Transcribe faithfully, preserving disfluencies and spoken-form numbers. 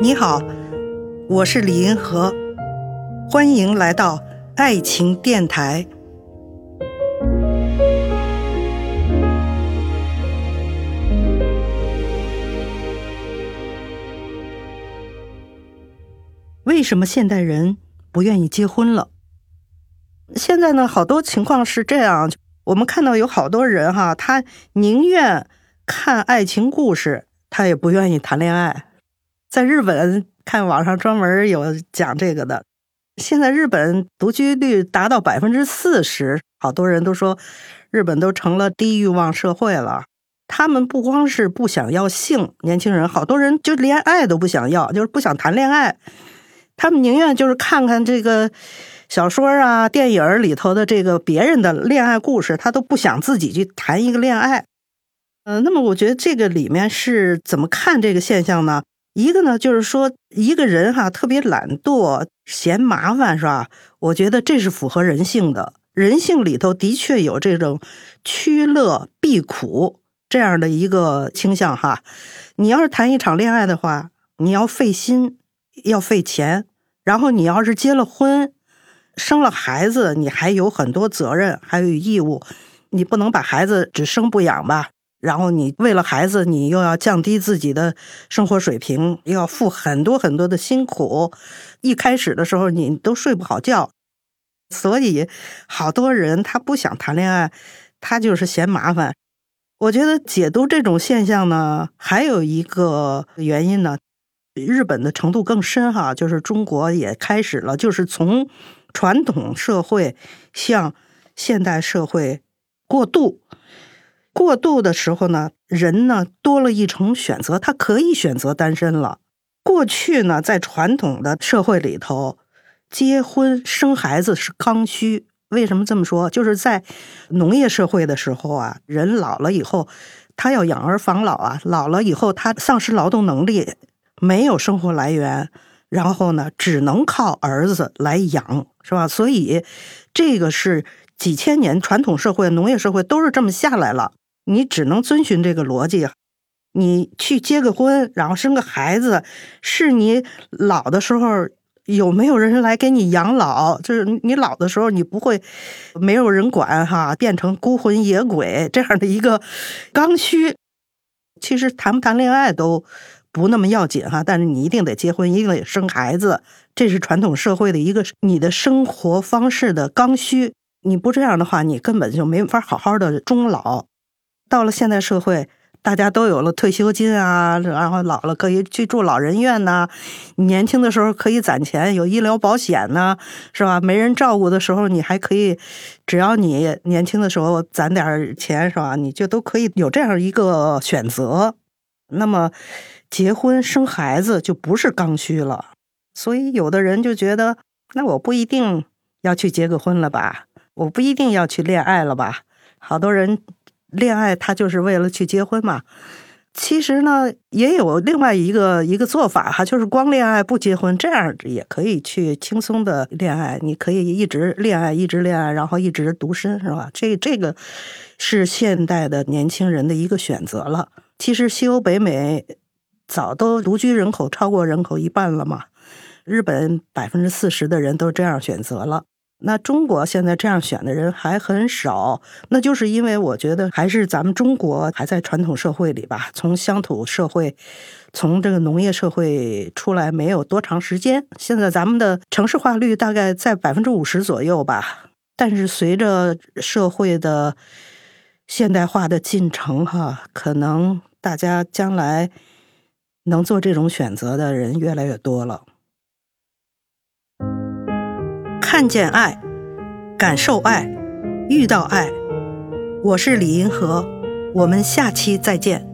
你好，我是李银河，欢迎来到爱情电台。为什么现代人不愿意结婚了？现在呢，好多情况是这样，我们看到有好多人哈，他宁愿看爱情故事，他也不愿意谈恋爱。在日本看网上专门有讲这个的，现在日本独居率达到百分之四十，好多人都说日本都成了低欲望社会了。他们不光是不想要性，年轻人好多人就连爱都不想要，就是不想谈恋爱。他们宁愿就是看看这个小说啊、电影里头的这个别人的恋爱故事，他都不想自己去谈一个恋爱。呃，那么我觉得这个里面是怎么看这个现象呢？一个呢，就是说一个人哈特别懒惰、嫌麻烦，是吧？我觉得这是符合人性的，人性里头的确有这种趋乐避苦这样的一个倾向哈。你要是谈一场恋爱的话，你要费心，要费钱，然后你要是结了婚，生了孩子，你还有很多责任，还有义务，你不能把孩子只生不养吧。然后你为了孩子，你又要降低自己的生活水平，又要付很多很多的辛苦，一开始的时候你都睡不好觉。所以好多人他不想谈恋爱，他就是嫌麻烦。我觉得解读这种现象呢，还有一个原因呢，日本的程度更深哈，就是中国也开始了，就是从传统社会向现代社会过渡。过渡的时候呢，人呢多了一重选择，他可以选择单身了。过去呢，在传统的社会里头，结婚生孩子是刚需。为什么这么说？就是在农业社会的时候啊，人老了以后，他要养儿防老啊，老了以后他丧失劳动能力，没有生活来源，然后呢，只能靠儿子来养，是吧？所以这个是几千年传统社会、农业社会都是这么下来了。你只能遵循这个逻辑，你去结个婚，然后生个孩子，是你老的时候有没有人来给你养老？就是你老的时候，你不会没有人管哈，变成孤魂野鬼这样的一个刚需。其实谈不谈恋爱都不那么要紧哈，但是你一定得结婚，一定得生孩子，这是传统社会的一个你的生活方式的刚需。你不这样的话，你根本就没法好好的终老。到了现代社会，大家都有了退休金啊，然后老了可以去住老人院呐、啊，你年轻的时候可以攒钱，有医疗保险呐、啊，是吧？没人照顾的时候，你还可以，只要你年轻的时候攒点钱，是吧？你就都可以有这样一个选择。那么结婚生孩子就不是刚需了，所以有的人就觉得，那我不一定要去结个婚了吧，我不一定要去恋爱了吧。好多人恋爱他就是为了去结婚嘛。其实呢，也有另外一个一个做法哈，就是光恋爱不结婚，这样也可以去轻松的恋爱。你可以一直恋爱，一直恋爱，然后一直独身，是吧？这这个是现代的年轻人的一个选择了。其实西欧北美早都独居人口超过人口一半了嘛，日本百分之四十的人都这样选择了。那中国现在这样选的人还很少，那就是因为我觉得还是咱们中国还在传统社会里吧，从乡土社会，从这个农业社会出来没有多长时间，现在咱们的城市化率大概在百分之五十左右吧。但是随着社会的现代化的进程哈，可能大家将来能做这种选择的人越来越多了。看见爱，感受爱，遇到爱。我是李银河，我们下期再见。